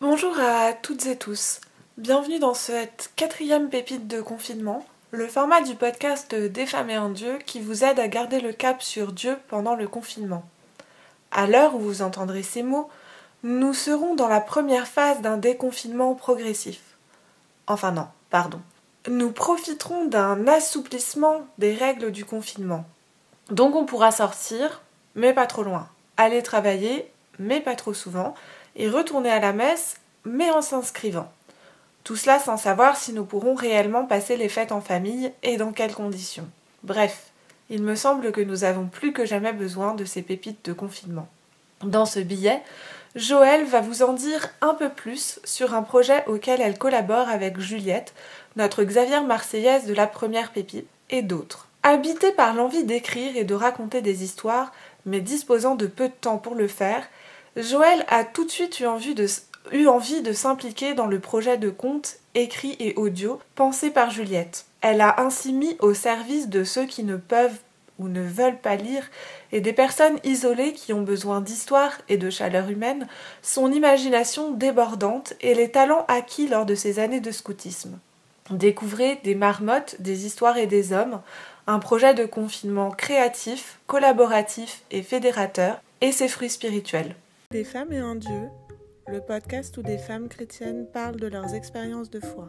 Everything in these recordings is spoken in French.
Bonjour à toutes et tous, bienvenue dans cette 4e pépite de confinement, le format du podcast Des femmes et un Dieu qui vous aide à garder le cap sur Dieu pendant le confinement. À l'heure où vous entendrez ces mots, nous serons dans la première phase d'un déconfinement progressif. Enfin non, pardon. Nous profiterons d'un assouplissement des règles du confinement. Donc on pourra sortir, mais pas trop loin, aller travailler, mais pas trop souvent, et retourner à la messe, mais en s'inscrivant. Tout cela sans savoir si nous pourrons réellement passer les fêtes en famille et dans quelles conditions. Bref, il me semble que nous avons plus que jamais besoin de ces pépites de confinement. Dans ce billet, Joëlle va vous en dire un peu plus sur un projet auquel elle collabore avec Juliette, notre Xavier Marseillaise de la première pépite, et d'autres. Habitée par l'envie d'écrire et de raconter des histoires, mais disposant de peu de temps pour le faire, Joëlle a tout de suite eu envie de s'impliquer dans le projet de conte, écrit et audio, pensé par Juliette. Elle a ainsi mis au service de ceux qui ne peuvent ou ne veulent pas lire et des personnes isolées qui ont besoin d'histoire et de chaleur humaine, son imagination débordante et les talents acquis lors de ses années de scoutisme. Découvrez des marmottes, des histoires et des hommes, un projet de confinement créatif, collaboratif et fédérateur, et ses fruits spirituels. Des femmes et un Dieu, le podcast où des femmes chrétiennes parlent de leurs expériences de foi.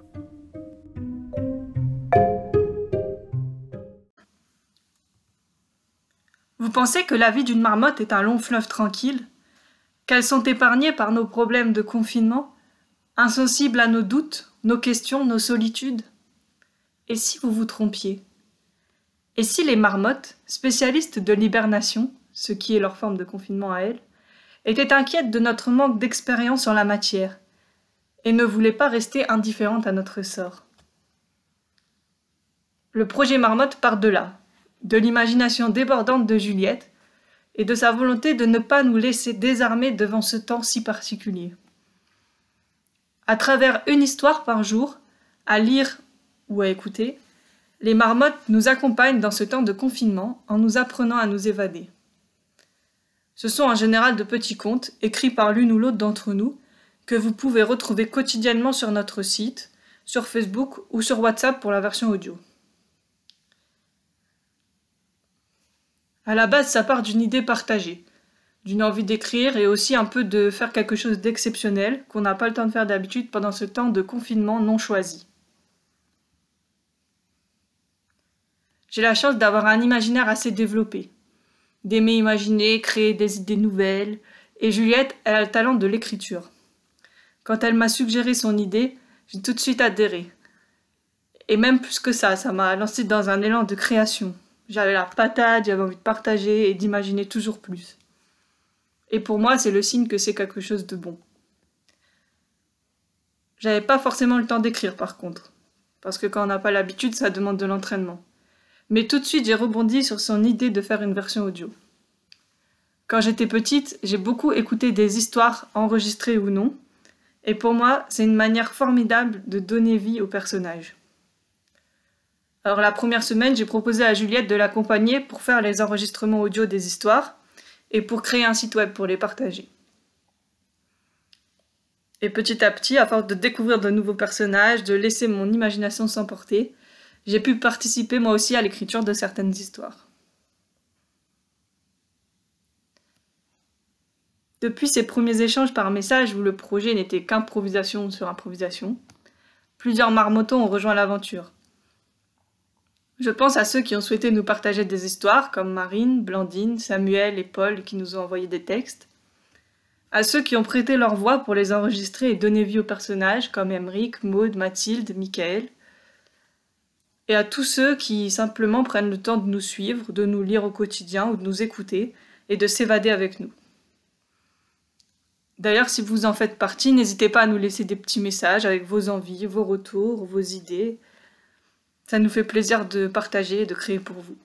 Vous pensez que la vie d'une marmotte est un long fleuve tranquille? Qu'elles sont épargnées par nos problèmes de confinement, insensibles à nos doutes, nos questions, nos solitudes? Et si vous vous trompiez? Et si les marmottes, spécialistes de l'hibernation, ce qui est leur forme de confinement à elles, étaient inquiètes de notre manque d'expérience en la matière et ne voulaient pas rester indifférentes à notre sort? Le projet Marmotte part de là, de l'imagination débordante de Juliette et de sa volonté de ne pas nous laisser désarmer devant ce temps si particulier. À travers une histoire par jour, à lire ou à écouter, les marmottes nous accompagnent dans ce temps de confinement en nous apprenant à nous évader. Ce sont en général de petits contes, écrits par l'une ou l'autre d'entre nous, que vous pouvez retrouver quotidiennement sur notre site, sur Facebook ou sur WhatsApp pour la version audio. À la base, ça part d'une idée partagée, d'une envie d'écrire et aussi un peu de faire quelque chose d'exceptionnel qu'on n'a pas le temps de faire d'habitude pendant ce temps de confinement non choisi. J'ai la chance d'avoir un imaginaire assez développé, d'aimer imaginer, créer des idées nouvelles, et Juliette, elle a le talent de l'écriture. Quand elle m'a suggéré son idée, j'ai tout de suite adhéré. Et même plus que ça m'a lancé dans un élan de création. J'avais la patate, j'avais envie de partager et d'imaginer toujours plus. Et pour moi, c'est le signe que c'est quelque chose de bon. J'avais pas forcément le temps d'écrire par contre, parce que quand on n'a pas l'habitude, ça demande de l'entraînement. Mais tout de suite, j'ai rebondi sur son idée de faire une version audio. Quand j'étais petite, j'ai beaucoup écouté des histoires, enregistrées ou non, et pour moi, c'est une manière formidable de donner vie aux personnages. Alors la première semaine, j'ai proposé à Juliette de l'accompagner pour faire les enregistrements audio des histoires et pour créer un site web pour les partager. Et petit à petit, à force de découvrir de nouveaux personnages, de laisser mon imagination s'emporter, j'ai pu participer moi aussi à l'écriture de certaines histoires. Depuis ces premiers échanges par message où le projet n'était qu'improvisation sur improvisation, plusieurs marmottons ont rejoint l'aventure. Je pense à ceux qui ont souhaité nous partager des histoires, comme Marine, Blandine, Samuel et Paul qui nous ont envoyé des textes. À ceux qui ont prêté leur voix pour les enregistrer et donner vie aux personnages, comme Emeric, Maude, Mathilde, Michael. Et à tous ceux qui simplement prennent le temps de nous suivre, de nous lire au quotidien ou de nous écouter et de s'évader avec nous. D'ailleurs, si vous en faites partie, n'hésitez pas à nous laisser des petits messages avec vos envies, vos retours, vos idées. Ça nous fait plaisir de partager et de créer pour vous.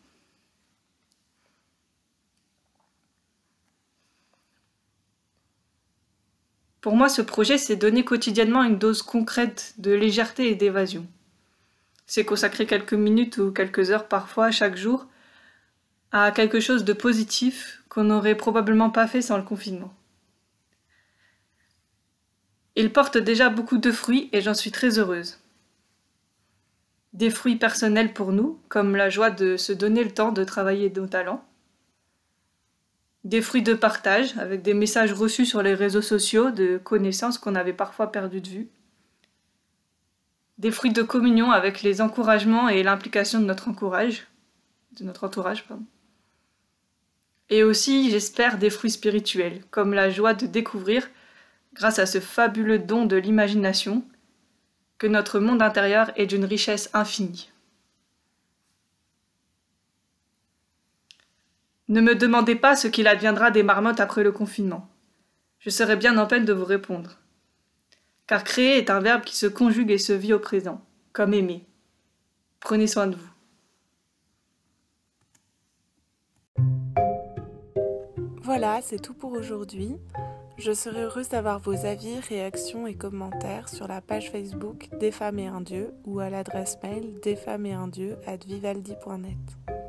Pour moi, ce projet, c'est donner quotidiennement une dose concrète de légèreté et d'évasion. C'est consacrer quelques minutes ou quelques heures parfois, chaque jour, à quelque chose de positif qu'on n'aurait probablement pas fait sans le confinement. Il porte déjà beaucoup de fruits et j'en suis très heureuse. Des fruits personnels pour nous, comme la joie de se donner le temps de travailler nos talents. Des fruits de partage, avec des messages reçus sur les réseaux sociaux, de connaissances qu'on avait parfois perdues de vue. Des fruits de communion avec les encouragements et l'implication de notre entourage. Et aussi, j'espère, des fruits spirituels, comme la joie de découvrir, grâce à ce fabuleux don de l'imagination, que notre monde intérieur est d'une richesse infinie. Ne me demandez pas ce qu'il adviendra des marmottes après le confinement. Je serai bien en peine de vous répondre. Car créer est un verbe qui se conjugue et se vit au présent, comme aimer. Prenez soin de vous. Voilà, c'est tout pour aujourd'hui. Je serai heureuse d'avoir vos avis, réactions et commentaires sur la page Facebook Des femmes et un dieu ou à l'adresse mail desfemmesetundieu@vivaldi.net.